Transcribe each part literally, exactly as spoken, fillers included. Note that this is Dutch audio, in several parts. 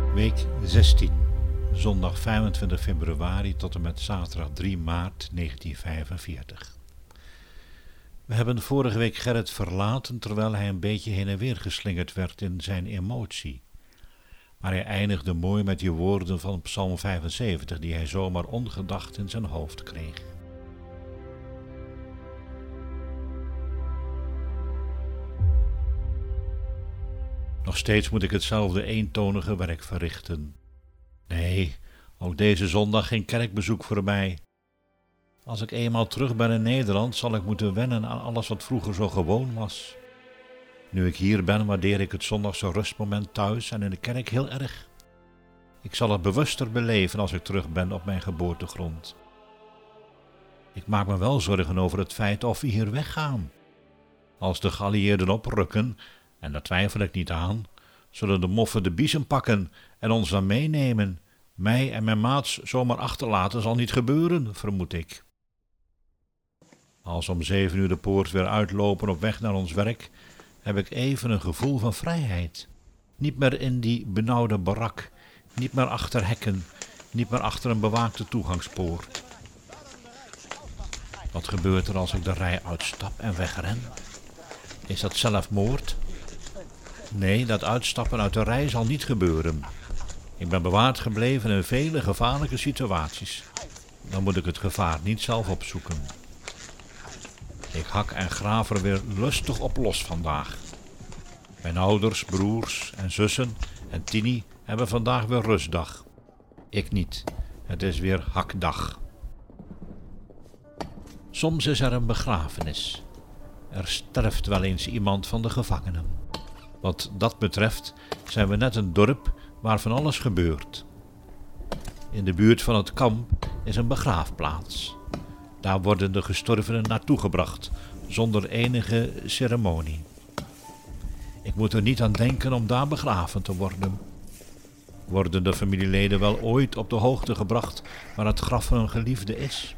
Week zestien, zondag vijfentwintig februari tot en met zaterdag drie maart negentien vijfenveertig. We hebben vorige week Gerrit verlaten terwijl hij een beetje heen en weer geslingerd werd in zijn emotie. Maar hij eindigde mooi met die woorden van Psalm vijfenzeventig die hij zomaar ongedacht in zijn hoofd kreeg. Nog steeds moet ik hetzelfde eentonige werk verrichten. Nee, ook deze zondag geen kerkbezoek voor mij. Als ik eenmaal terug ben in Nederland, zal ik moeten wennen aan alles wat vroeger zo gewoon was. Nu ik hier ben, waardeer ik het zondagse rustmoment thuis en in de kerk heel erg. Ik zal het bewuster beleven als ik terug ben op mijn geboortegrond. Ik maak me wel zorgen over het feit of we hier weggaan. Als de geallieerden oprukken, en daar twijfel ik niet aan, zullen de moffen de biezen pakken en ons dan meenemen. Mij en mijn maats zomaar achterlaten zal niet gebeuren, vermoed ik. Als om zeven uur de poort weer uitlopen op weg naar ons werk, heb ik even een gevoel van vrijheid. Niet meer in die benauwde barak, niet meer achter hekken, niet meer achter een bewaakte toegangspoort. Wat gebeurt er als ik de rij uitstap en wegren? Is dat zelfmoord? Nee, dat uitstappen uit de rij zal niet gebeuren. Ik ben bewaard gebleven in vele gevaarlijke situaties. Dan moet ik het gevaar niet zelf opzoeken. Ik hak en graaf er weer lustig op los vandaag. Mijn ouders, broers en zussen en Tini hebben vandaag weer rustdag. Ik niet. Het is weer hakdag. Soms is er een begrafenis. Er sterft wel eens iemand van de gevangenen. Wat dat betreft zijn we net een dorp waar van alles gebeurt. In de buurt van het kamp is een begraafplaats. Daar worden de gestorvenen naartoe gebracht, zonder enige ceremonie. Ik moet er niet aan denken om daar begraven te worden. Worden de familieleden wel ooit op de hoogte gebracht waar het graf van een geliefde is?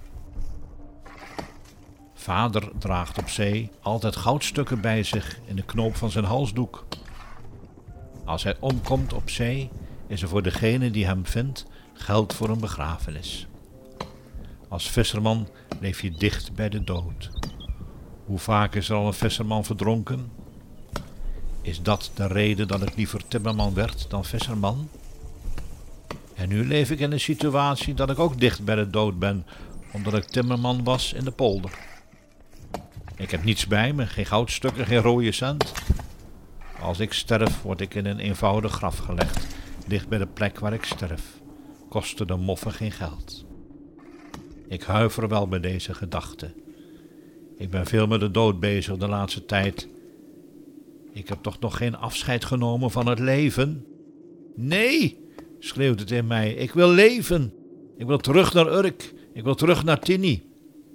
Vader draagt op zee altijd goudstukken bij zich in de knoop van zijn halsdoek. Als hij omkomt op zee, is er voor degene die hem vindt geld voor een begrafenis. Als visserman leef je dicht bij de dood. Hoe vaak is er al een visserman verdronken? Is dat de reden dat ik liever timmerman werd dan visserman? En nu leef ik in een situatie dat ik ook dicht bij de dood ben, omdat ik timmerman was in de polder. Ik heb niets bij me, geen goudstukken, geen rode cent. Als ik sterf, word ik in een eenvoudig graf gelegd, dicht bij de plek waar ik sterf. Kosten de moffen geen geld. Ik huiver wel bij deze gedachte. Ik ben veel met de dood bezig de laatste tijd. Ik heb toch nog geen afscheid genomen van het leven? Nee, schreeuwt het in mij, ik wil leven. Ik wil terug naar Urk, ik wil terug naar Tini.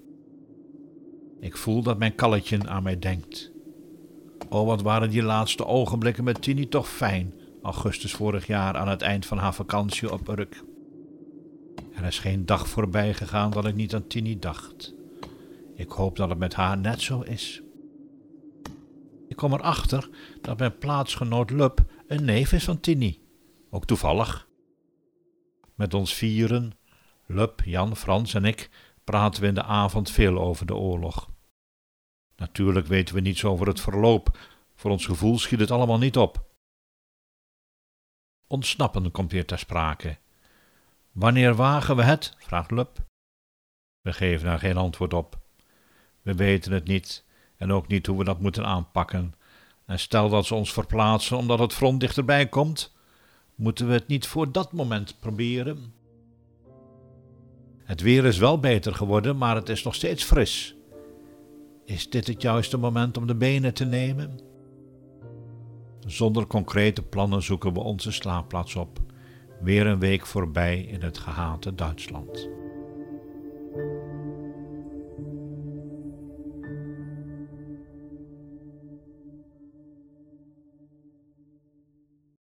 Ik voel dat mijn kalletje aan mij denkt. Oh, wat waren die laatste ogenblikken met Tini toch fijn, augustus vorig jaar aan het eind van haar vakantie op Urk. Er is geen dag voorbij gegaan dat ik niet aan Tini dacht. Ik hoop dat het met haar net zo is. Ik kom erachter dat mijn plaatsgenoot Lup een neef is van Tini. Ook toevallig. Met ons vieren, Lup, Jan, Frans en ik, praten we in de avond veel over de oorlog. Natuurlijk weten we niets over het verloop. Voor ons gevoel schiet het allemaal niet op. Ontsnappen komt weer ter sprake. Wanneer wagen we het? Vraagt Lup. We geven daar geen antwoord op. We weten het niet en ook niet hoe we dat moeten aanpakken. En stel dat ze ons verplaatsen omdat het front dichterbij komt, moeten we het niet voor dat moment proberen? Het weer is wel beter geworden, maar het is nog steeds fris. Is dit het juiste moment om de benen te nemen? Zonder concrete plannen zoeken we onze slaapplaats op. Weer een week voorbij in het gehate Duitsland.